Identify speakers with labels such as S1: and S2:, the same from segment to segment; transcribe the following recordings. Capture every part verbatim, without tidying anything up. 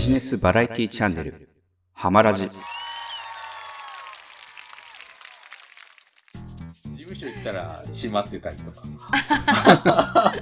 S1: ジネスバラエティチャンネルハマラジ。
S2: 事務所行ったら閉まってたりとか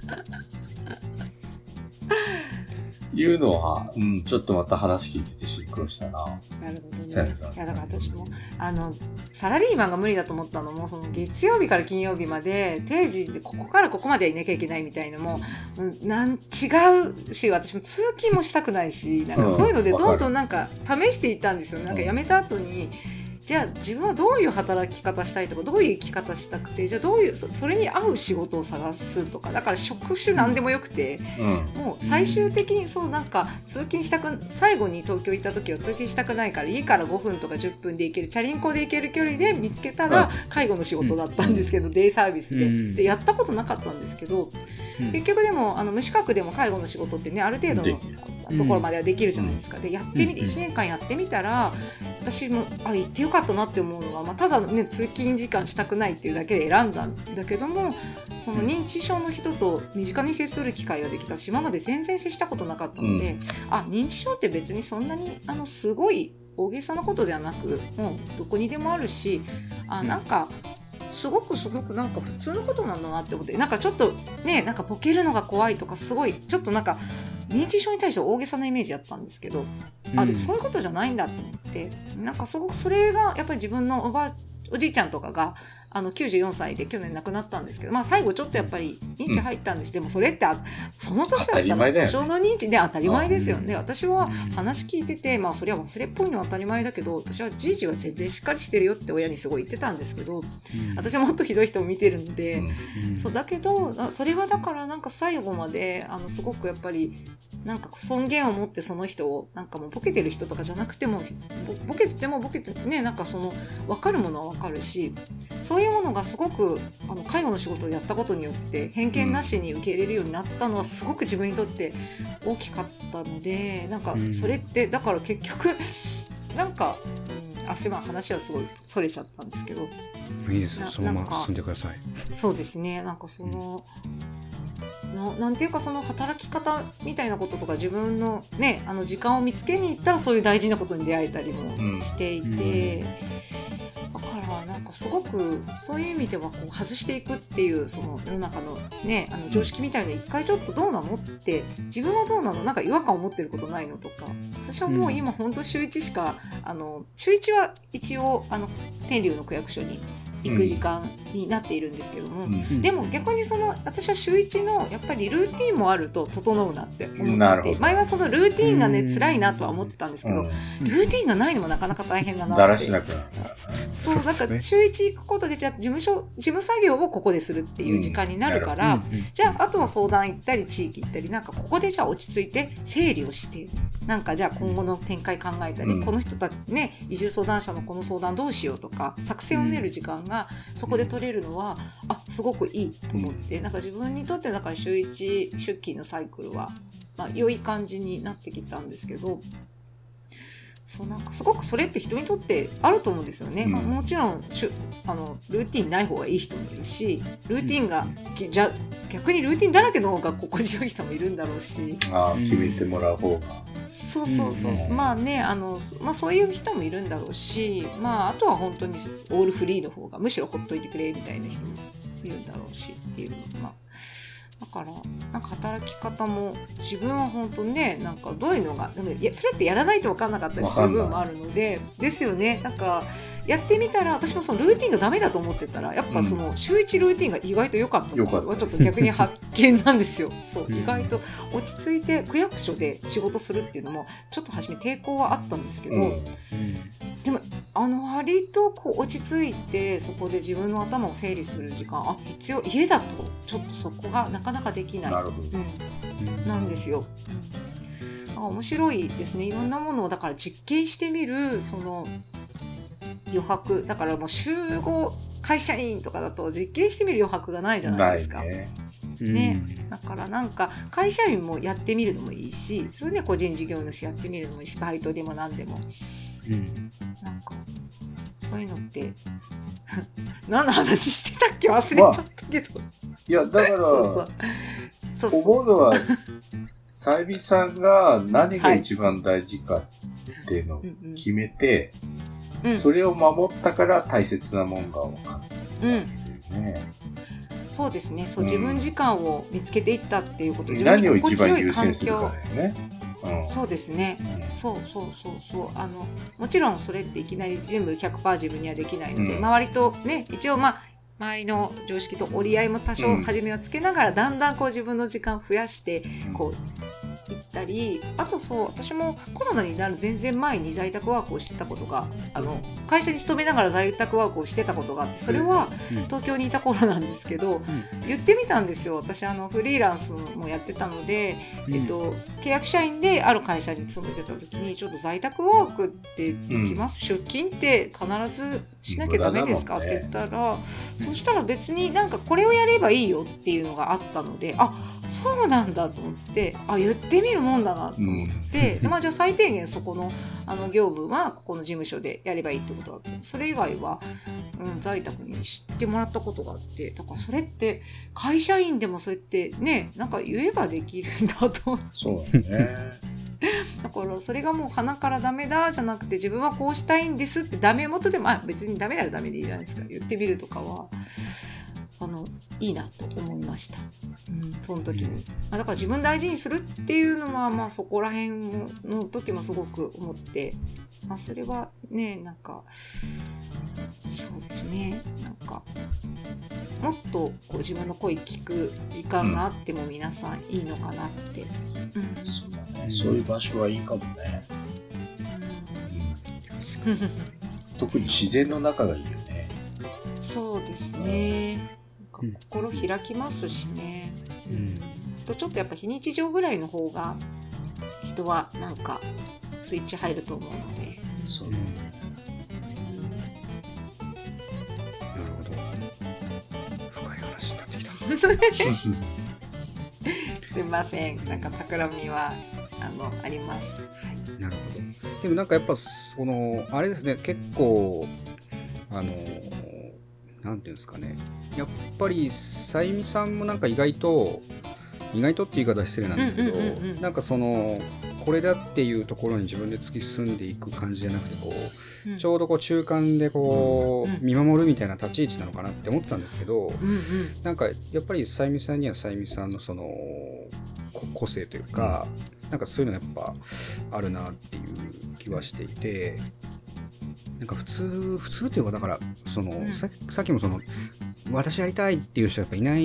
S2: いうのは、うん、ちょっとまた話聞いててシンクロしたな。
S3: なるほどね。いやだから私もあのサラリーマンが無理だと思ったのも、その月曜日から金曜日まで定時でここからここまでいなきゃいけないみたいのも、うん、なん違うし、私も通勤もしたくないし、なんかそういうのでどんどんなんか試していったんですよ。なんか辞めた後に、じゃあ自分はどういう働き方したいとか、どういう生き方したくて、じゃあどういう そ, それに合う仕事を探すとか、だから職種なんでもよくて、うん、もう最終的にそうなんか通勤したく最後に東京行った時は通勤したくないから家からごふんとかじゅっぷんで行けるチャリンコで行ける距離で見つけたら介護の仕事だったんですけど、うん、デイサービス で,、うん、でやったことなかったんですけど、うん、結局でもあの無資格でも介護の仕事ってねある程度のところまではできるじゃないですか。でやってみていちねんかんやってみたら、私もあ行ってよかったなって思うのは、まあ、ただ、ね、通勤時間したくないっていうだけで選んだんだけども、その認知症の人と身近に接する機会ができたし、今まで全然接したことなかったので、うん、あ認知症って別にそんなにあのすごい大げさなことではなく、もうどこにでもあるし、あなんかすごくすごくなんか普通のことなんだなって思って、なんかちょっとねなんかボケるのが怖いとか、すごいちょっとなんか認知症に対して大げさなイメージやったんですけど、あでもそういうことじゃないんだと思って、なんかすごくそれがやっぱり自分のおばあおじいちゃんとかがあのきゅうじゅうよんさいで去年亡くなったんですけど、まあ最後ちょっとやっぱり認知入ったんです、うん、でもそれってその年だったら多少の認知で当たり前ですよね。私は話聞いてて、まあそれは忘れっぽいのは当たり前だけど、私はじいじは全然しっかりしてるよって親にすごい言ってたんですけど、うん、私はもっとひどい人を見てるので、うん、そうだけどそれはだからなんか最後まであのすごくやっぱりなんか尊厳を持ってその人をなんかもうボケてる人とかじゃなくても、ボケててもボケてね、なんかその分かるものは分かるし、そういうものがすごくあの介護の仕事をやったことによって偏見なしに受け入れるようになったのはすごく自分にとって大きかったので、なんかそれってだから結局なんか、うん、あすいません話はすごいそれちゃったんですけど、
S1: いいです、そのまま進んでください。
S3: そうですね、なんかその、うんな, なんていうかその働き方みたいなこととか、自分のねあの時間を見つけに行ったらそういう大事なことに出会えたりもしていて、うん、だからなんかすごくそういう意味ではこう外していくっていうその世の中のねあの常識みたいな一回ちょっとどうなのって、自分はどうなの、なんか違和感を持ってることないのとか、私はもう今本当週いちしかあの週いちは一応あの天竜の区役所に行く時間になっているんですけども、うん、でも逆にその私は週一のやっぱりルーティンもあると整うなって思っていて、前はそのルーティンがね辛いなとは思ってたんですけど、うん、ルーティンがないのもなかなか大変だなって。だらしなくなる。そうだから週一行くことで、じゃあ事務所事務作業をここでするっていう時間になるから、うん、じゃああとは相談行ったり地域行ったり、なんかここでじゃあ落ち着いて整理をして、なんかじゃあ今後の展開考えたり、うん、この人たちね移住相談者のこの相談どうしようとか作戦を練る時間がそこで取れるのはあすごくいいと思って、なんか自分にとってだから週いち出勤のサイクルは、まあ、良い感じになってきたんですけど、そうなんかすごくそれって人にとってあると思うんですよね、うんまあ、もちろんしゅあのルーティンない方がいい人もいるし、ルーティンが、うん、じゃ逆にルーティンだらけの方が心地よい人もいるんだろうし、
S2: あ決めてもらう方が
S3: そうそうそう、うん、まあねあの、まあ、そういう人もいるんだろうし、まあ、あとは本当にオールフリーの方がむしろほっといてくれみたいな人もいるんだろうしっていうの、まあ、だからなんか働き方も自分は本当にねなんかどういうのがでもいやそれってやらないと分かんなかったりする部分もあるのでですよね。なんかやってみたら私もそのルーティンがダメだと思ってたらやっぱその週一ルーティンが意外と良かったっていうのはちょっと逆に発見なんですよ。そう意外と落ち着いて区役所で仕事するっていうのもちょっと初め抵抗はあったんですけど、うんうん、でもあの割とこう落ち着いてそこで自分の頭を整理する時間あ必要家だとちょっとそこがなかなかできない、うん、なんですよ。あ面白いですね。いろんなものをだから実験してみるその余白だからもう週ご会社員とかだと実験してみる余白がないじゃないですか。ね、ね、だからなんか会社員もやってみるのもいいし、それで個人事業主やってみるのもいいし、バイトでも何でも、うん、なんかそういうのって何の話してたっけ忘れちゃったけど、まあ、
S2: いやだからそうそうそうそう思うのはさゆみさんが何が一番大事かっていうのを決めて、
S3: うんうん、
S2: それを守ったから大切なもんが分かったっていうね、
S3: うん、そうですね。そう、自分時間を見つけていったっていうこと、
S2: うん、
S3: 自分に
S2: 何を
S3: 心地よい
S2: 一番優
S3: 環境、
S2: 先するかだよね、うん、
S3: そうですね、うん、そうそうそうそうあのもちろんそれっていきなり全部 ひゃくパーセント 自分にはできないので、うん、周りとね一応まあ周りの常識と折り合いも多少初めはつけながら、うん、だんだんこう自分の時間を増やしてこう行ったり、あとそう私もコロナになる全然前に在宅ワークをしてたことが、あの会社に勤めながら在宅ワークをしてたことがあって、それは東京にいた頃なんですけど、言ってみたんですよ。私あのフリーランスもやってたので、えっと、契約社員である会社に勤めてた時にちょっと在宅ワークってできます、出勤って必ずしなきゃダメですかって言ったら、そしたら別になんかこれをやればいいよっていうのがあったので、あそうなんだと思って、あ言ってみるもんだなと思って、うん、まあじゃあ最低限そこのあの業務はここの事務所でやればいいってことだった。それ以外は、うん、在宅に知ってもらったことがあって、だからそれって会社員でもそうやってねなんか言えばできるんだと思って。
S2: そうだね。
S3: だからそれがもう鼻からダメだじゃなくて、自分はこうしたいんですってダメ元でも、あ別にダメならダメでいいじゃないですか、言ってみるとかはあのいいなと思いました、うん、その時に、まあ、だから自分大事にするっていうのは、まあ、そこら辺の時もすごく思って、まあ、それはねなんかそうですね、なんかもっとこう自分の声聞く時間があっても皆さんいいのかなって、うんうん、
S2: そうだね、そういう場所はいいかもね、うんうん、特に自然の中がいいよね。
S3: そうですね、心開きますしね、うん、とちょっとやっぱ非日常ぐらいの方が人はなんかスイッチ入ると思うので、
S2: そう、うん、
S1: なるほど、深い話になってきた
S3: すいません、なんか企みはあのあります、はい、
S1: なるほど。でもなんかやっぱそのあれですね、結構あのなんていうんですかね、やっぱりさゆみさんもなんか意外と意外とって言い方は失礼なんですけど、うんうんうんうん、なんかそのこれだっていうところに自分で突き進んでいく感じじゃなくて、こう、うん、ちょうどこう中間でこう、うん、見守るみたいな立ち位置なのかなって思ってたんですけど、うんうん、なんかやっぱりさゆみさんにはさゆみさんのその個性というか、うん、なんかそういうのやっぱあるなっていう気はしていて、なんか普通普通っていうか、だからその、うん、さ, さっきもその私やりたいっていう人はやっぱいない、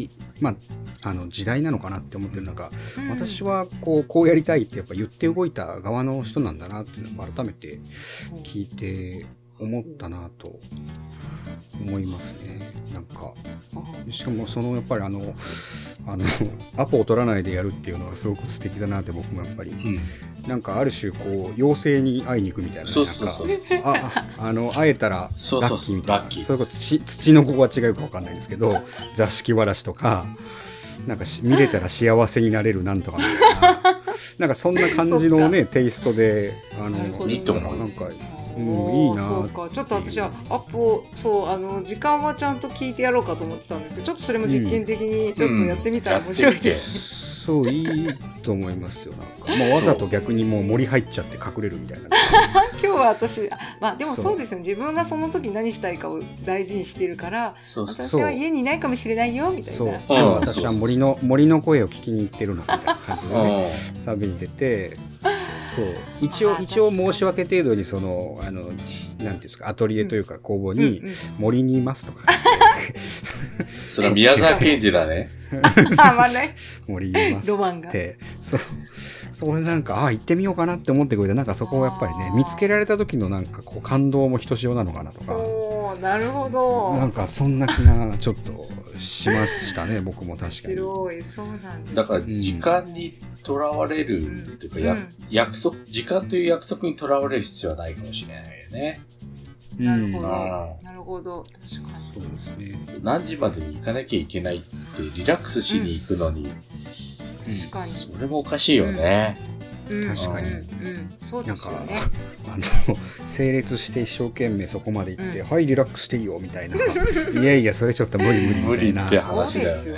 S1: まあ、あの時代なのかなって思ってる中、うん、私はこうこうやりたいってやっぱ言って動いた側の人なんだなっていうのを改めて聞いて思ったなと思いますね。なんかしかもそのやっぱりあのあのアポを取らないでやるっていうのはすごく素敵だなって僕もやっぱり、うん、なんかある種こう妖精に会いに行くみたいな、
S2: そうそうそう、
S1: なんかああの会えたらラッキーみたいな、
S2: そうそうそう、ラッキー、
S1: それこそ 土, 土の子が違うか分かんないんですけど座敷わらしとかなんか見れたら幸せになれるなんとかみたいななんかそんな感じのねテイストで、あの
S2: いいと思う、
S1: なんかうん、いいな。
S3: そうか、ちょっと私はアップをそうあの時間はちゃんと聞いてやろうかと思ってたんですけど、ちょっとそれも実験的にちょっとやってみたら面白いですね、
S1: うんうん、そういいと思いますよ。なんかもうわざと逆にもう森入っちゃって隠れるみたいな
S3: 今日は私まあでもそうですよね、自分がその時何したいかを大事にしてるから、そうそう、私は家にいないかもしれないよみたいな、そう
S1: 今日は私は森の森の声を聞きに行ってるのみたいな感じで、ね、旅に出て、そう一応一応申し訳程度にそのあのなんていうんですか、アトリエというか工房に森にいますとか、
S2: うんうん、それは宮沢賢治だね
S3: 森
S1: にいます
S3: ロマンが、
S1: そうそれなんかあ行ってみようかなって思ってくれて、なんかそこをやっぱりね見つけられた時のなんかこう感動もひとしおなのかなとか、
S3: おーなるほど、
S1: なんかそんな気がちょっとしましたね僕も確かに。
S3: 白い、そうなんです、ね、
S2: だから時間にとらわれるっていうか、うんやうん、約束時間という約束にとらわれる必要はないかもしれないよね。
S3: なるほど、うん、なるほど、確かに
S1: そうですね。
S2: 何時までに行かなきゃいけないってリラックスしに行くのに、うん、
S3: 確かに
S2: それもおかしいよね、
S3: うん、
S1: 確かに、
S3: うんうん、そうですよね。
S1: あの整列して一生懸命そこまで行って、うん、はいリラックスしていいよみたいないやいやそれちょっと無理無理みたいな
S2: 無理って話だよね。
S3: そうですよね。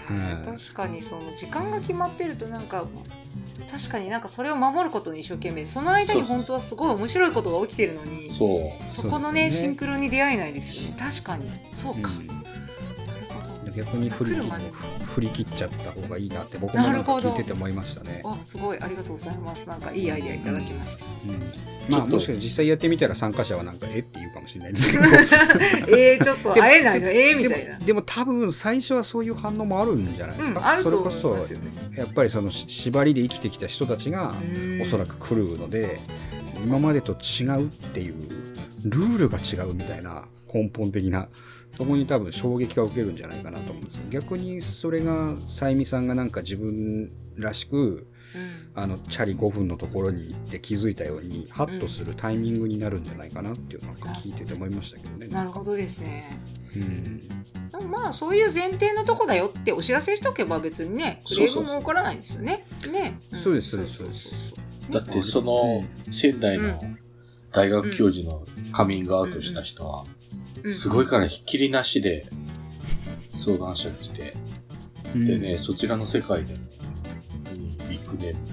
S1: はい
S3: 確かにその時間が決まってるとなんか確かになんかそれを守ることに一生懸命その間に本当はすごい面白いことが起きてるのに
S2: そう
S3: そこのねシンクロに出会えないですよね。確かにそうか、
S1: うん
S3: なるほど。
S1: 逆に振り切
S3: 来るまで
S1: 振り切っちゃった方がいいなって僕もなんか聞いてて思いましたね。
S3: あすごいありがとうございます。なんかいいアイデアいただきました。
S1: うんまあもしかして実際やってみたら参加者はなんかえって言うかもしれないですけど
S3: えー、ちょっと会えないのえー、みたいな。
S1: でもでも多分最初はそういう反応もあるんじゃないですか、
S3: うん、あると
S1: それこそ
S3: 思いますよね。
S1: やっぱりその縛りで生きてきた人たちがおそらく来るので今までと違うっていうルールが違うみたいな根本的なそこに多分衝撃が受けるんじゃないかなと思うんですよ。逆にそれがさゆみさんがなんか自分らしく
S3: うん、
S1: あのチャリごふんのところに行って気づいたようにハッとするタイミングになるんじゃないかなっていうのを聞いてて思いましたけどね。
S3: なるほどですね。
S1: うん
S3: でもまあそういう前提のとこだよってお知らせしておけば別にねクレームも起こらないんですよね。ね、ん、
S1: そうですそうです
S3: そうそうそう
S2: だってその仙台の大学教授のカミングアウトした人はすごいからひっきりなしで相談者が来て、
S1: うん
S2: でねそちらの世界でもビッグネーム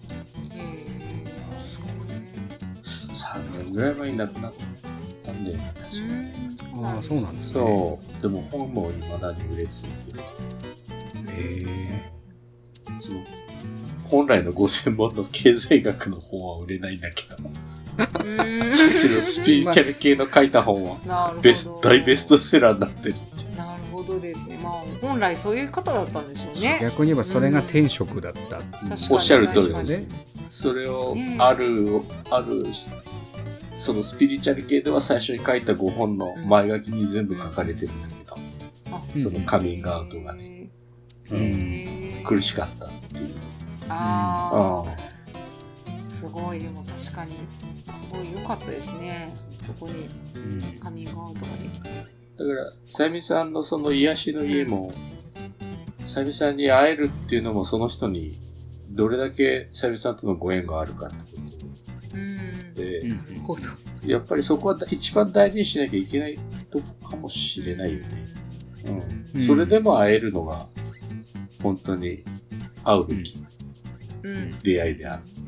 S2: さんねんぐらい前に亡くなったんで、確か
S1: ああそうなんですね。
S2: そうでも本も未だに売れ続ける。
S1: へえ
S2: その本来のご専門の経済学の本は売れないんだけどスピリチュアル系の書いた本はベス大ベストセラーになってるって。
S3: なるほどですね。まあ本来そういう方だったんでしょうね。
S1: 逆に言えばそれが天職だった、うん、
S2: おっしゃる通り
S3: 確かに
S2: です。それをある、あるそのスピリチュアル系では最初に書いたごほんの前書きに全部書かれてるんだけど、
S3: うん、
S2: そのカミングアウトがね、うん、苦しかったっていう。
S3: ああ、すごい。でも確かにすごい良かったですね。そこにカミングアウトができて。
S2: だからさゆみさんのその癒しの家も、さゆみさんに会えるっていうのもその人にどれだけさゆみさんとのご縁があるかってことで、うん、なるほど。やっぱりそこは一番大事にしなきゃいけないとこかもしれないよね。うん。うん、それでも会えるのが本当に会うべき出会いであって、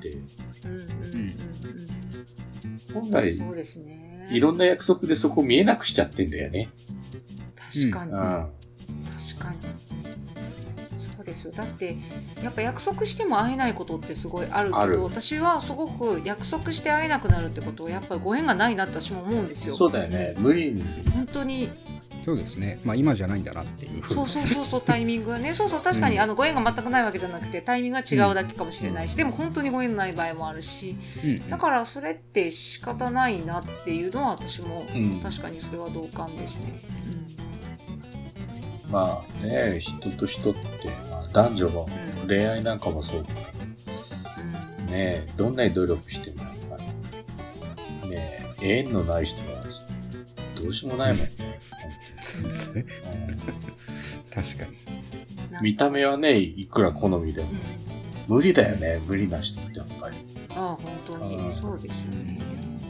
S2: 本来
S3: そうですね。
S2: いろんな約束でそこ見えなくしちゃってんだよね。
S3: 確かに。うん、確かに。そうですよ。だってやっぱ約束しても会えないことってすごいあるけど、私はすごく約束して会えなくなるってことはやっぱりご縁がないなって私も思うんですよ。
S2: そうだよね。無理に。
S3: 本当に。
S1: そうですね。まあ今じゃないんだなっていう。
S3: そうそうそうそうタイミングがね。そうそう確かに、うん、あのご縁が全くないわけじゃなくてタイミングが違うだけかもしれないし、うん、でも本当にご縁ない場合もあるし、うん、だからそれって仕方ないなっていうのは私も、うん、確かにそれは同感ですね。
S2: うん、まあね人と人って、まあ、男女も恋愛なんかもそう、うん、ねどんなに努力してもやっぱりね縁のない人はどうしようもないもんね。
S1: そうですね。確かに。
S2: 見た目はね、いくら好みでも、うん、無理だよね、無理な人ってやっぱり。
S3: ああ、本当にそうですよね。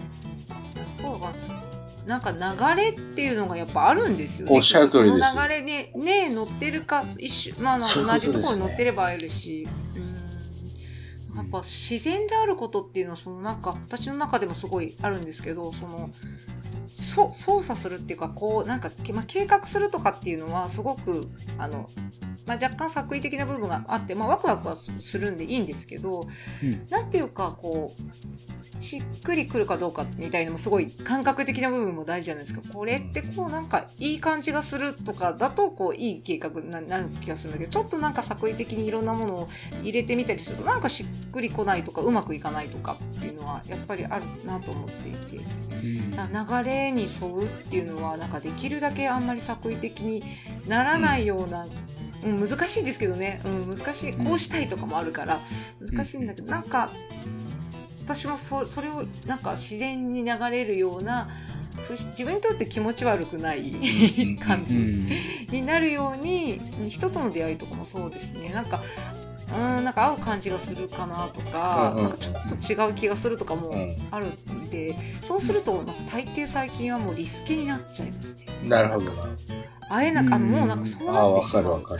S3: なんか流れっていうのがやっぱあるんですよね。
S2: おっしゃる通りです。
S3: その流れね、ね乗ってるか一緒、まあ同じところに乗ってれば会えるし。うん、やっぱ自然であることっていうのはそのなんか私の中でもすごいあるんですけど、その。そ操作するっていうかこうなんか、まあ、計画するとかっていうのはすごくあの、まあ、若干作為的な部分があって、まあ、ワクワクはするんでいいんですけど、うん、なんていうかこうしっくりくるかどうかみたいなのもすごい感覚的な部分も大事じゃないですか。これってこうなんかいい感じがするとかだとこういい計画になる気がするんだけど、ちょっとなんか作為的にいろんなものを入れてみたりするとなんかしっくりこないとかうまくいかないとかっていうのはやっぱりあるなと思っていて、流れに沿うっていうのはなんかできるだけあんまり作為的にならないような、うん、難しいですけどね、うん、難しい、こうしたいとかもあるから難しいんだけど、なんか私も そ, それをなんか自然に流れるような自分にとって気持ち悪くない感じになるように、人との出会いとかもそうですね、なんかうんなんか合う感じがするかなとか、うんうん、なんかちょっと違う気がするとかもあるんで、うん、そうするとなんか大抵最近はもうリスケになっちゃいますね。
S2: なるほどな。
S3: 会えなく、あのもうなんかそうなってしまう。
S2: わかるわかる。う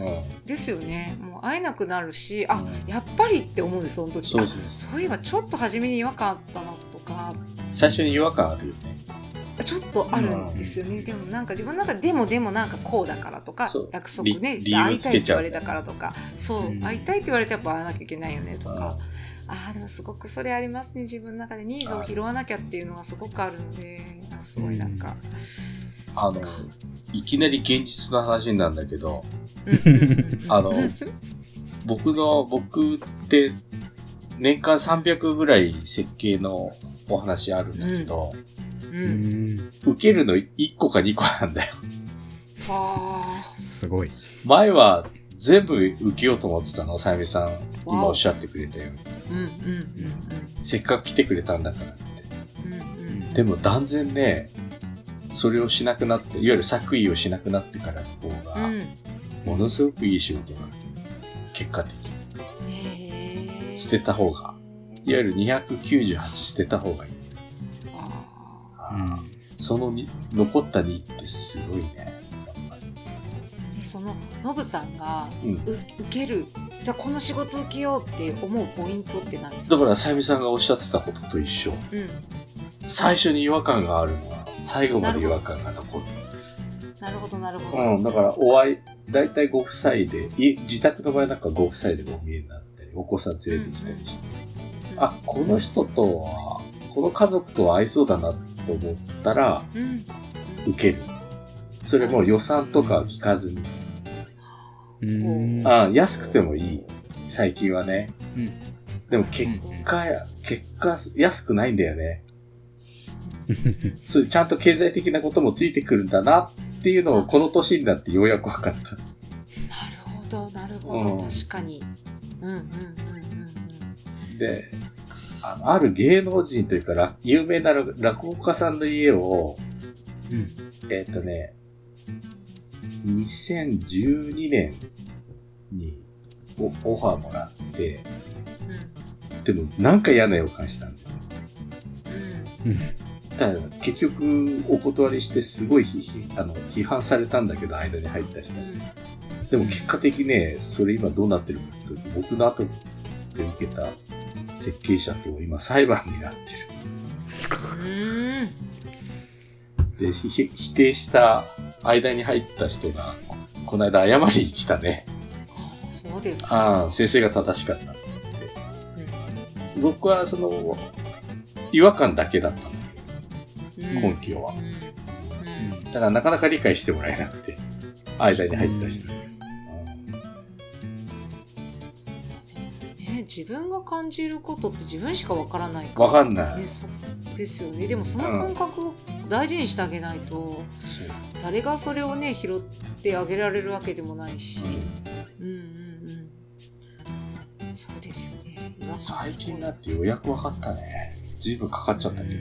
S2: うん、
S3: ですよね。もう会えなくなるし、あ、
S2: うん、
S3: やっぱりって思うんですその時。
S2: そうそう
S3: そうそういえばちょっと初めに違和感あったなとか、
S2: 最初に違和感あるよね。
S3: ちょっとあるんですよね、うん、でもなんか自分の中ででもでもなんかこうだからとか、約束ね、会いたいって言われたからとか、そう、うん、会いたいって言われてやっぱ会わなきゃいけないよねとか、ああでもすごくそれありますね。自分の中でニーズを拾わなきゃっていうのがすごくあるので、すごいなんか、
S2: うん、あのいきなり現実の話なんだけど、あの僕の僕って年間さんびゃくぐらい設計のお話あるんだけど、うんうん、受けるのいっこかにこなんだよ。
S3: はあ、
S1: すごい。
S2: 前は全部受けようと思ってたの、さゆみさん今おっしゃってくれたように、うんうんうんうん、せっかく来てくれたんだからって、うんうん、でも断然ねそれをしなくなって、いわゆる作為をしなくなってからの方が、うん、ものすごくいい仕事が結果的に捨てた方が、いわゆるにひゃくきゅうじゅうはち捨てた方がいい。うん、そのに残ったにってすごいね。やっぱ
S3: りそのノブさんが、うん、受ける、じゃあこの仕事受けようって思うポイントって何ですか？
S2: だからさゆみさんがおっしゃってたことと一緒、うん、最初に違和感があるのは最後まで違和感が残る。
S3: なるほどなるほど、
S2: うん、だからお会いだいたいご夫妻で、自宅の場合なんかご夫妻でお見えになったりお子さん連れてきたりして、うんうん、あ、この人とはこの家族とは合いそうだなってと思ったら、うん、受ける。それも予算とか聞かずに、うん、あ安くてもいい最近はね、うん、でも結果や結果安くないんだよね。そうちゃんと経済的なこともついてくるんだなっていうのをこの年になってようやく分かった。なる
S3: ほどなるほど、うん、確かに。うんうんうんうんうん。
S2: で。あの、ある芸能人というか、有名な落語家さんの家を、うん、えっとね、にせんじゅうにねんにオファーもらって、うん、でもなんか嫌な予感したんだよ。うん、ただ結局お断りしてすごい批、あの批判されたんだけど、間に入った人、うん、でも結果的にね、それ今どうなってるかというと、僕の後で受けた設計者と今裁判になってる。で、否定した間に入った人がこの間謝りに来たね。
S3: そうですか。
S2: ああ、先生が正しかったって言って、うん、僕はその違和感だけだったんだけど、うん、根拠は、うん、だからなかなか理解してもらえなくて、間に入った人、うん
S3: 自分が感じることって自分しかわからないから、
S2: わかんない、
S3: ね、そですよね。でもその感覚を大事にしてあげないと、うん、誰がそれをね拾ってあげられるわけでもないし、うん、うんうんうんそうですよね。
S2: 最近だってようやくわかったね。ずいぶんかかっちゃったけど、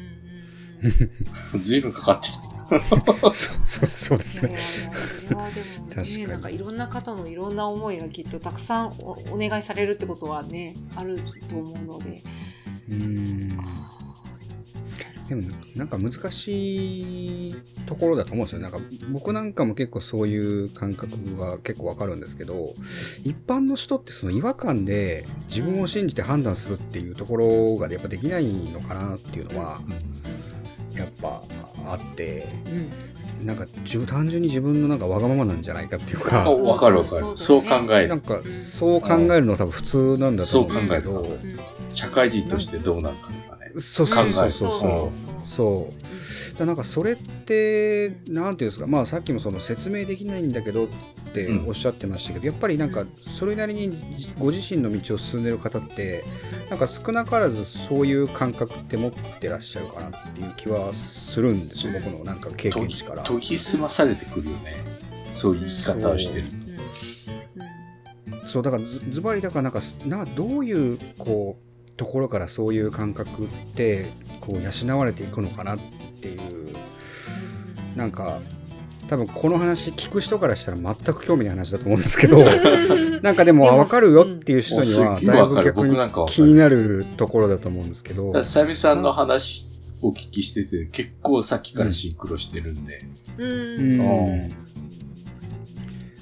S2: ずいぶんかかって
S1: そうそうそうですね。
S3: いやいやそれはでもね、なんかいろんな方のいろんな思いがきっとたくさん お, お願いされるってことはねあると思うので。うーん。
S1: でもなんか難しいところだと思うんですよ。なんか僕なんかも結構そういう感覚が結構わかるんですけど、一般の人ってその違和感で自分を信じて判断するっていうところがやっぱできないのかなっていうのはやっぱあって、うん、なんか単純に自分のなんかわがままなんじゃないかっていうか、
S2: わかるわかる、そう考える、
S1: なんかそう考えるのは多分普通なんだと思うんですけど、
S2: そう考える、社会人としてどうなるかとかね、
S1: そうそうそうそうそうだなんかそれってなんていうんですか、まあさっきもその説明できないんだけどっておっしゃってましたけど、やっぱりなんかそれなりにご自身の道を進んでる方ってなんか少なからずそういう感覚って持ってらっしゃるかなっていう気はするんですよ、僕のなんか経験値から。
S2: 研ぎ澄まされてくるよね、そういう生き方をしてると。
S1: そうだからずズバリだからなんかなどういうこうところからそういう感覚ってこう養われていくのかなっていう、なんか多分この話聞く人からしたら全く興味ない話だと思うんですけどなんかでも分かるよっていう人にはだいぶ逆に気になるところだと思うんですけど、
S2: さゆみさんの話をお聞きしてて結構さっきからシンクロしてるんで、うん、うん、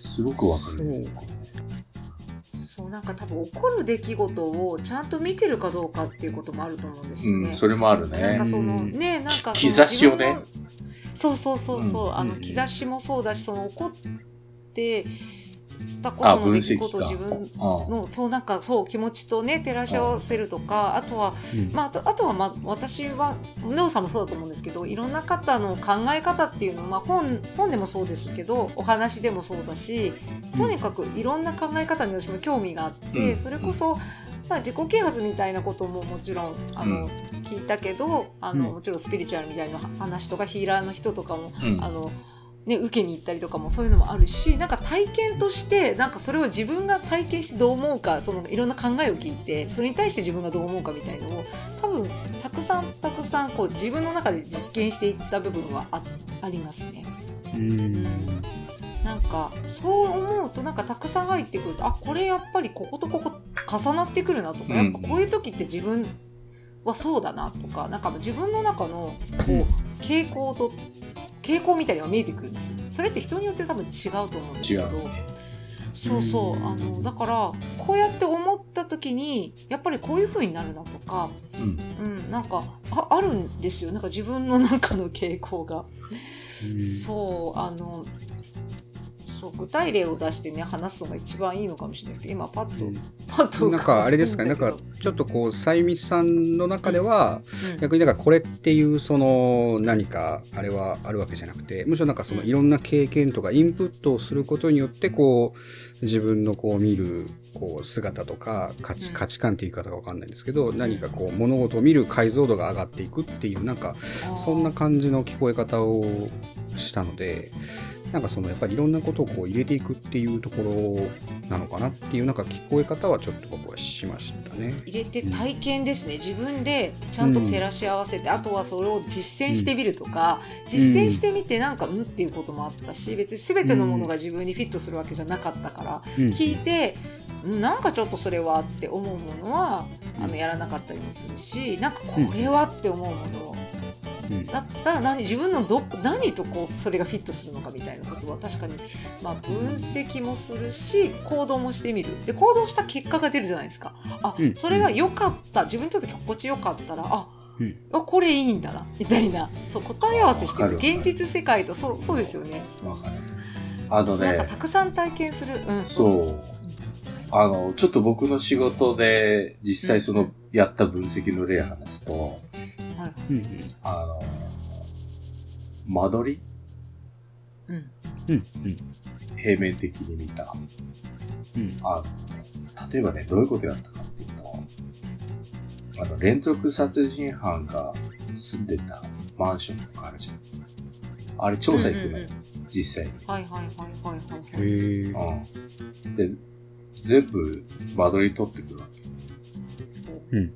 S2: すごくわかる。
S3: そうなんか多分起こる出来事をちゃんと見てるかどうかっていうこともあると思うんですよね。
S2: うん、それもあるね。
S3: なんかそのね、なんかその
S2: 兆しをね。
S3: そうそうそうそう、うん、あの兆しもそうだし、その起こってたことの出来事を自分のそうなんかそう気持ちとね照らし合わせるとか、あとは、うん、まああとはまあ私はネオさんもそうだと思うんですけど、いろんな方の考え方っていうのは、まあ、本本でもそうですけど、お話でもそうだし、とにかくいろんな考え方に私も興味があって、うん、それこそ、まあ、自己啓発みたいなことももちろんあの、うん、聞いたけど、あの、うん、もちろんスピリチュアルみたいな話とかヒーラーの人とかも、うん、あのね、受けに行ったりとかもそういうのもあるし、なんか体験としてなんかそれを自分が体験してどう思うか、そのいろんな考えを聞いてそれに対して自分がどう思うかみたいなのを多分たくさんたくさんこう自分の中で実験していった部分は あ, ありますね。うーん、なんかそう思うとなんかたくさん入ってくると、あ、これやっぱりこことここ重なってくるなとか、やっぱこういう時って自分はそうだなとか、なんか自分の中のこう傾向と傾向みたいには見えてくるんですよ。それって人によって多分違うと思うんですけど、そうそう、あのだからこうやって思った時にやっぱりこういう風になるなとか、うん、うん、なんか あ, あるんですよ。なんか自分の中の傾向が、そうあのそう具体例を出してね話すのが一番いいのかもしれないですけど、今パッと、うん、パッと
S1: なんかあれですかね、なんかちょっとこうさゆみさんの中では、うん、逆にだからこれっていうその何かあれはあるわけじゃなくて、むしろなんかそのいろんな経験とかインプットをすることによってこう自分のこう見るこう姿とか価値、価値観っていう言い方が分かんないんですけど、何かこう物事を見る解像度が上がっていくっていうなんかそんな感じの聞こえ方をしたので、なんかそのやっぱりいろんなことをこう入れていくっていうところなのかなっていうなんか聞こえ方はちょっと僕はしましたね。
S3: 入れて体験ですね、うん、自分でちゃんと照らし合わせて、うん、あとはそれを実践してみるとか、うん、実践してみてなんかうんっていうこともあったし、別に全てのものが自分にフィットするわけじゃなかったから、うん、聞いてなんかちょっとそれはって思うものはあのやらなかったりもするし、なんかこれはって思うものをだったら何自分のど何とこうそれがフィットするのかみたいなことは確かに、まあ、分析もするし行動もしてみる。で行動した結果が出るじゃないですか。あ、うん、それが良かった、自分にとって心地よかったら、あ、うん、あこれいいんだなみたいな、そう答え合わせしてる現実世界とそうそうですよね。
S2: わかる。あのね、
S3: なんかたくさん体験する。うん、
S2: そうそうそうそう。あのちょっと僕の仕事で実際そのやった分析の例を話すと。はい、あの間取り、うんうん、平面的に見た、うん、あの例えばねどういうことやったかっていうと、あの連続殺人犯が住んでたマンションとかあるじゃん。あれ調査行くのよ、うんうんうん、実際に。はいはいはいはいはい。へー。うん。で全部間取り取ってくるわけ。うん。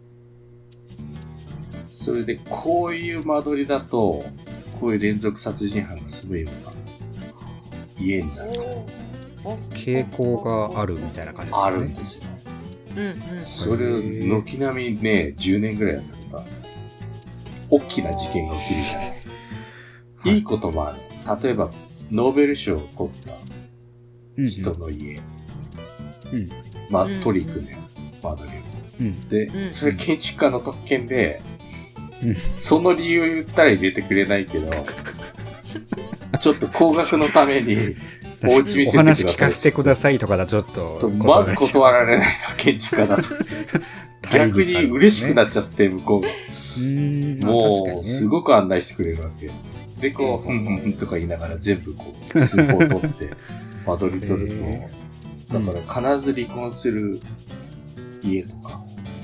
S2: それでこういう間取りだとこういう連続殺人犯が住むような家になる
S1: 傾向があるみたいな感じですね。
S2: あるんですよ、うんうん、それを軒並みねじゅうねんぐらいやったら大きな事件が起きるじゃない、はい、いいこともある。例えばノーベル賞を取った人の家、うんうん、まあ取り行くね、うん、間取りを、うん、で、うん、それ建築家の特権でその理由言ったら入れてくれないけどちょっと高額のためにお家見せてください、お
S1: 話聞かせてくださいとかだちょっと
S2: まず断られないな建築家だと逆に嬉しくなっちゃって向こうがうーんもうすごく案内してくれるわけで、こう、うんうんうんとか言いながら全部こうスープを取って間取り取ると、だから必ず離婚する家とか、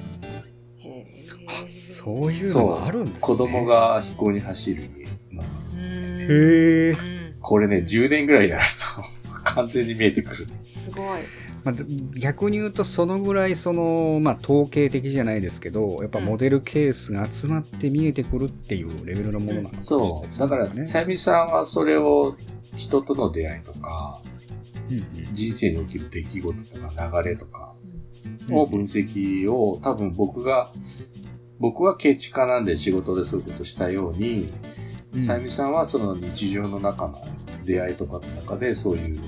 S1: そういうのがあるんですね。
S2: 子供が飛行に走る家。へー。これね、じゅうねんぐらいやると完全に見えてくる。
S3: すごい。
S1: まあ、逆に言うとそのぐらいその、まあ、統計的じゃないですけど、やっぱモデルケースが集まって見えてくるっていうレベルのものなのかもしれないですね。
S2: そう。だから、さゆみさんはそれを人との出会いとか、うんうん、人生に起きる出来事とか流れとかを分析を、多分僕が僕は建築家なんで仕事でそういうことしたように、さゆみさんはその日常の中の出会いとかの中でそういう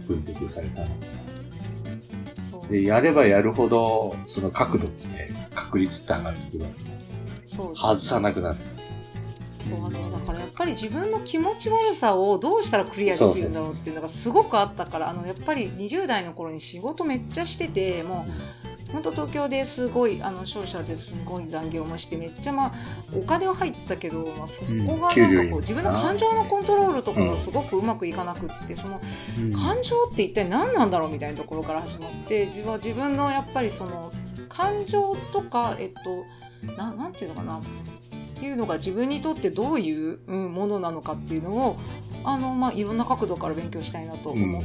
S2: 分析されたのかな。
S3: そう
S2: で、やればやるほど、その角度ってね、確率って上がってくるわけ。
S3: そうです。
S2: 外さなくなる。
S3: そう、あのだからやっぱり自分の気持ち悪さをどうしたらクリアできるんだろうっていうのがすごくあったから、あのやっぱりにじゅう代の頃に仕事めっちゃしてて、もう本当東京ですごいあの商社ですごい残業もしてめっちゃ、まあお金は入ったけど、まあ、そこがなんかこう自分の感情のコントロールとかがすごくうまくいかなくって、その感情って一体何なんだろうみたいなところから始まって、自分は自分のやっぱりその感情とか、えっとななんていうのかなっていうのが自分にとってどういう、うん、ものなのかっていうのをあの、まあ、いろんな角度から勉強したいなと思って、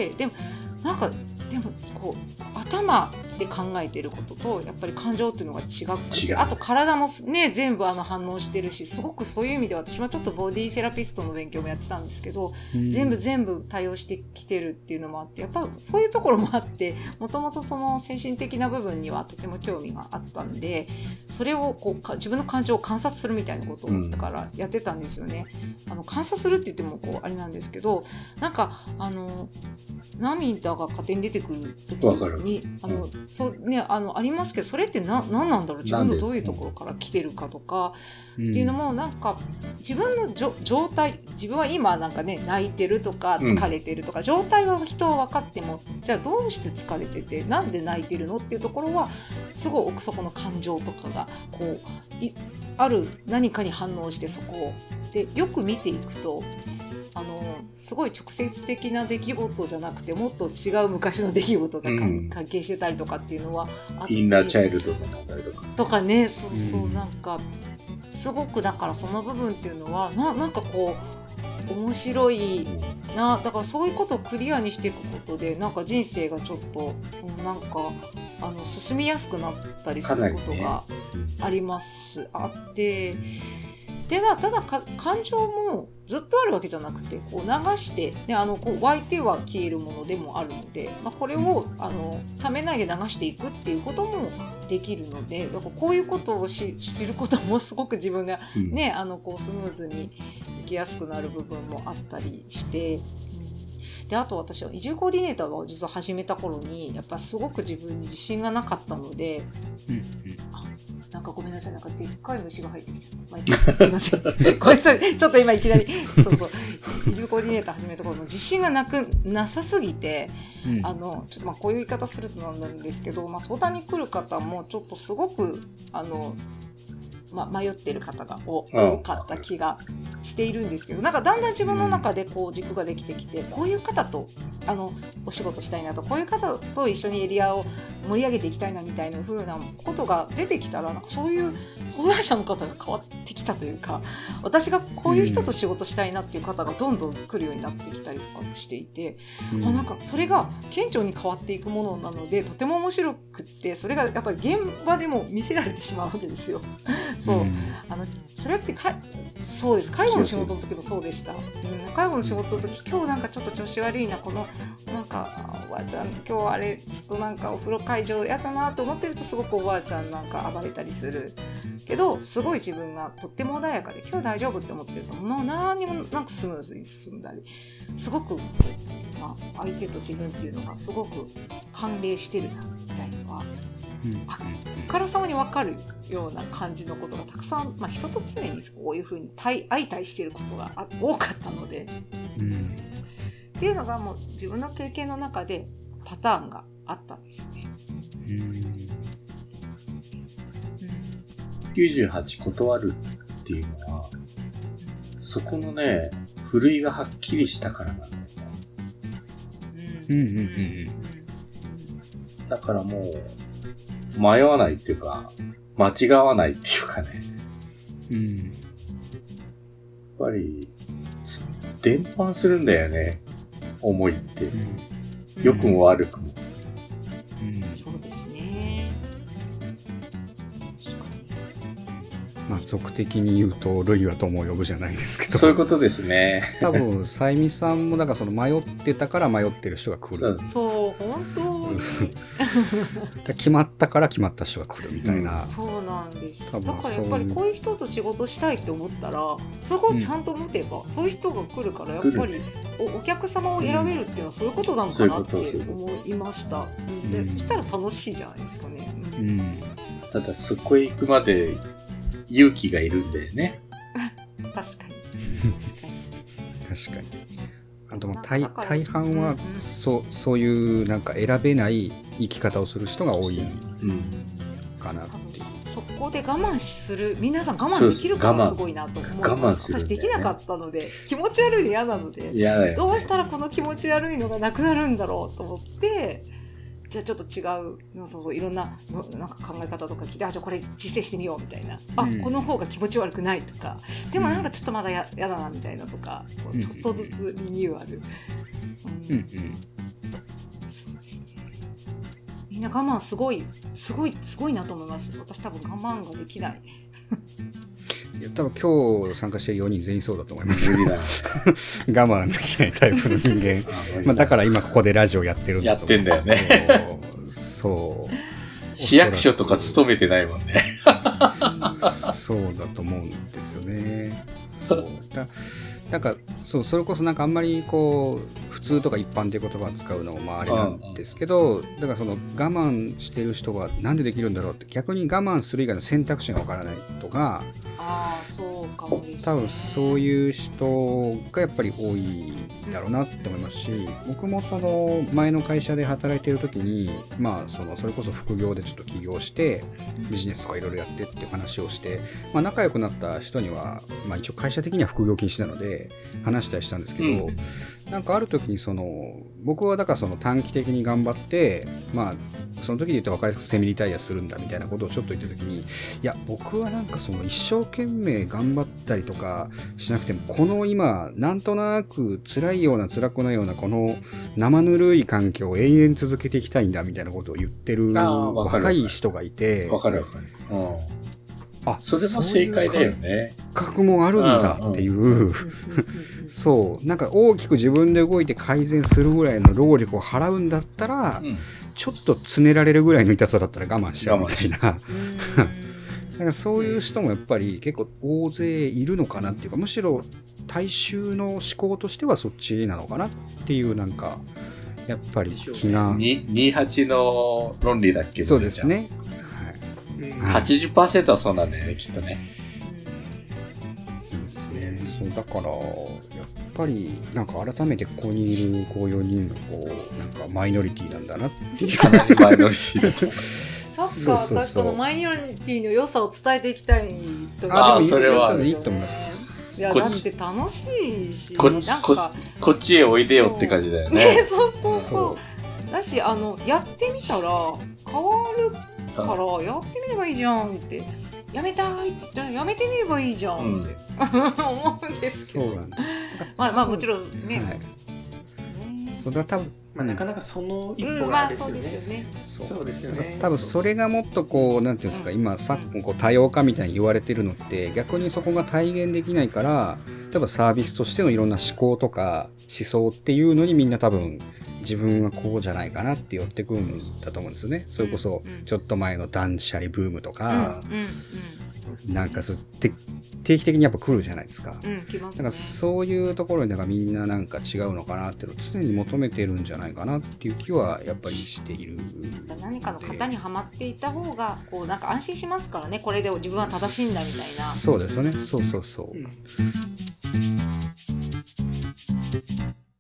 S3: うん、でもなんかでもこう頭で考えていることとやっぱり感情っていうのが違くて、あと体もね全部あの反応してるし、すごくそういう意味で私はちょっとボディセラピストの勉強もやってたんですけど、うん、全部全部対応してきてるっていうのもあって、やっぱそういうところもあって、もともとその精神的な部分にはとても興味があったんで、それをこうか自分の感情を観察するみたいなことをだからやってたんですよね。うん、あの観察するって言ってもこうあれなんですけど、なんかあの涙が勝手に出てくる時にあの、うん、そうね、あのありますけど、それってな何なんだろう、自分のどういうところから来てるかとかっていうのも、なんか自分のじょ状態、自分は今なんかね泣いてるとか疲れてるとか、うん、状態は人は分かっても、じゃあどうして疲れててなんで泣いてるのっていうところはすごい奥底の感情とかがこういある何かに反応して、そこをでよく見ていくとあのすごい直接的な出来事じゃなくて、もっと違う昔の出来事が、うん、関係してたりとかっていうのはあって、
S2: インナーチャイルドの問題とか
S3: とかね、そうそう、うん、なんかすごくだからその部分っていうのは な, なんかこう面白いな。だからそういうことをクリアにしていくことで、なんか人生がちょっとなんかあの進みやすくなったりすることがあります、ね、あってでなただか感情もずっとあるわけじゃなくて、こう流して、ね、あのこう湧いては消えるものでもあるので、まあ、これをあのためないで流していくっていうこともできるので、だからこういうことをし知ることもすごく自分が、ね、うん、あのこうスムーズにいきやすくなる部分もあったりして、うん、であと私は移住コーディネーターを実は始めた頃にやっぱすごく自分に自信がなかったので、うんうん、なんかごめんなさい、なんかでっかい虫が入ってきちゃった。まあ、すいません。こいつちょっと今いきなりそうそう移住コーディネーター始めた頃の自信がなくなさすぎて、うん、あのちょっとまあこういう言い方するとなんなんですけど、まあ、相談に来る方もちょっとすごくあの、まあ、迷ってる方が多かった気がしているんですけど、なんかだんだん自分の中でこう軸ができてきて、こういう方とあのお仕事したいなと、こういう方と一緒にエリアを盛り上げていきたいなみたいな風なことが出てきたら、なんかそういう相談者の方が変わってきたというか、私がこういう人と仕事したいなっていう方がどんどん来るようになってきたりとかしていて、うん、あなんかそれが顕著に変わっていくものなので、とても面白くって、それがやっぱり現場でも見せられてしまうわけですよ。そう、うん、あのそれってかそうです。介護の仕事の時もそうでした。うん、介護の仕事の時、今日なんかちょっと調子悪いな、このなんかおばあちゃん今日あれちょっとなんかお風呂会場やだなと思ってると、すごくおばあちゃんなんか暴れたりするけど、すごい自分がとっても穏やかで今日大丈夫って思ってると、もう何にもなんかスムーズに進んだり、すごく、まあ、相手と自分っていうのがすごく関連してるなみたいなのは、うん、あからさまに分かるような感じのことがたくさん、まあ、人と常にこういうふうに対相対していることが多かったので、うん、っていうのがもう自分の経験の中でパターンがあったんですよね。うん、
S2: きゅうじゅうはち断るっていうのは、そこのねふるいがはっきりしたからなんだよね。うんうんうんうん、だからもう迷わないっていうか間違わないっていうかね、うん、やっぱり伝播するんだよね、思いって、うん、良くも悪くも、
S3: うんうん、そうですね。
S1: まあ俗的に言うと類は友を呼ぶじゃないですけど、
S2: そういうことですね。
S1: 多分さゆみさんもだからその迷ってたから迷ってる人が来る。
S3: そう本当
S1: 決まったから決まった人が来るみたいな、
S3: うん、そうなんです。
S1: 多分
S3: だからやっぱりこういう人と仕事したいって思ったらそこをちゃんと持てば、うん、そういう人が来るからやっぱり お, お客様を選べるっていうのはそういうことなのかなって思いました、うん、で、うん、そしたら楽しいじゃないですかね、
S2: うんうん、ただそこへ行くまで勇気がいるんだよね
S3: 確かに確かに
S1: 確かに。あとも 大, 大半は、うんうん、そ, そういうなんか選べない生き方をする人が多いかなっていう、うん、
S3: そこで我慢する皆さん我慢できるからすごいなと思います。私できなかったので気持ち悪いの嫌なので、ね、どうしたらこの気持ち悪いのがなくなるんだろうと思ってじゃあちょっと違うそうそういろんな、なんか考え方とか聞いてあじゃあこれ実践してみようみたいなあ、うん、この方が気持ち悪くないとかでもなんかちょっとまだやだなみたいなとか、うん、ちょっとずつリニューアル、うんうんうん、そうですね。みんな我慢すごいすごいすごいなと思います。私多分我慢ができない
S1: いや多分今日参加しているよにん全員そうだと思います我慢できないタイプの人間まあだから今ここでラジオやってるんだと思う。
S2: やってんだよねそう市役所とか勤めてないもんね
S1: そうだと思うんですよね。そうだなんかそうそれこそなんかあんまりこう普通とか一般っていう言葉を使うのもまああれなんですけど、だからその我慢してる人がなんでできるんだろうって逆に我慢する以外の選択肢がわからないとか、
S3: ああそうかもですね。
S1: 多分そういう人がやっぱり多いだろうなって思いますし、僕もその前の会社で働いてる時にまあそのそれこそ副業でちょっと起業してビジネスとかいろいろやってっていう話をして、まあ仲良くなった人にはまあ一応会社的には副業禁止なので話したりしたんですけど、うん、なんかある時にその僕はだからその短期的に頑張ってまあその時で言うと分かりやすくセミリタイアするんだみたいなことをちょっと言った時に、いや僕はなんかその一生懸命頑張ったりとかしなくてもこの今なんとなく辛いような辛くないようなこの生ぬるい環境を永遠続けていきたいんだみたいなことを言ってる若い人がいて、
S2: わかるわかる、うん、あそれも正解だよね。
S1: 感覚もあるんだっていう、うんうん、そうなんか大きく自分で動いて改善するぐらいの労力を払うんだったら、うん、ちょっとつねられるぐらいの痛さだったら我慢しちゃうみたいなだからそういう人もやっぱり結構大勢いるのかなっていうか、むしろ大衆の思考としてはそっちなのかなっていうなんかやっぱり気が
S2: にじゅうはちの論理だっけ。
S1: そうですね、
S2: はい、はちじゅっパーセント はそうなんだよねきっとね。
S1: そうだからやっぱりなんか改めてここにいるこうよにんがこうなんかマイノリティなんだなっていう
S2: かなりマイノリティだと
S3: そっか、確かのマイノリティの良さを伝えていきたいと思います。
S2: ああ、それはい
S1: いと思います。
S3: いやだって楽しいし、
S2: こなんか こ, こっちへおいでよって感じだよね。
S3: そうそうそうだし、あのやってみたら変わるからやってみればいいじゃんって、やめたいって言ったらやめてみればいいじゃんって、うん、思うんですけど、そうなんです。まあまあもちろんね、はい、そうですよね。
S1: それは多分
S4: まあ、なかなかその一歩がですよね、うんまあ、そうですよね。
S3: そうですよ
S4: ね。
S1: 多分それがもっとこうなんていうんですか、今昨今こう多様化みたいに言われてるのって逆にそこが体現できないから、例えばサービスとしてのいろんな思考とか思想っていうのにみんな多分自分はこうじゃないかなって寄ってくるんだと思うんですよね。それこそちょっと前の断捨離ブームとか、うんうんうん、なんかそう定期的にやっぱ来るじゃないですか、
S3: うん、来ますね。
S1: だからそういうところにだからみんななんか違うのかなっていうのを常に求めてるんじゃないかなっていう気はやっぱりしている。
S3: 何かの型にはまっていた方がこうなんか安心しますからね。これで自分は正しいんだみたいな。
S1: そうですよね。そうそうそう、うん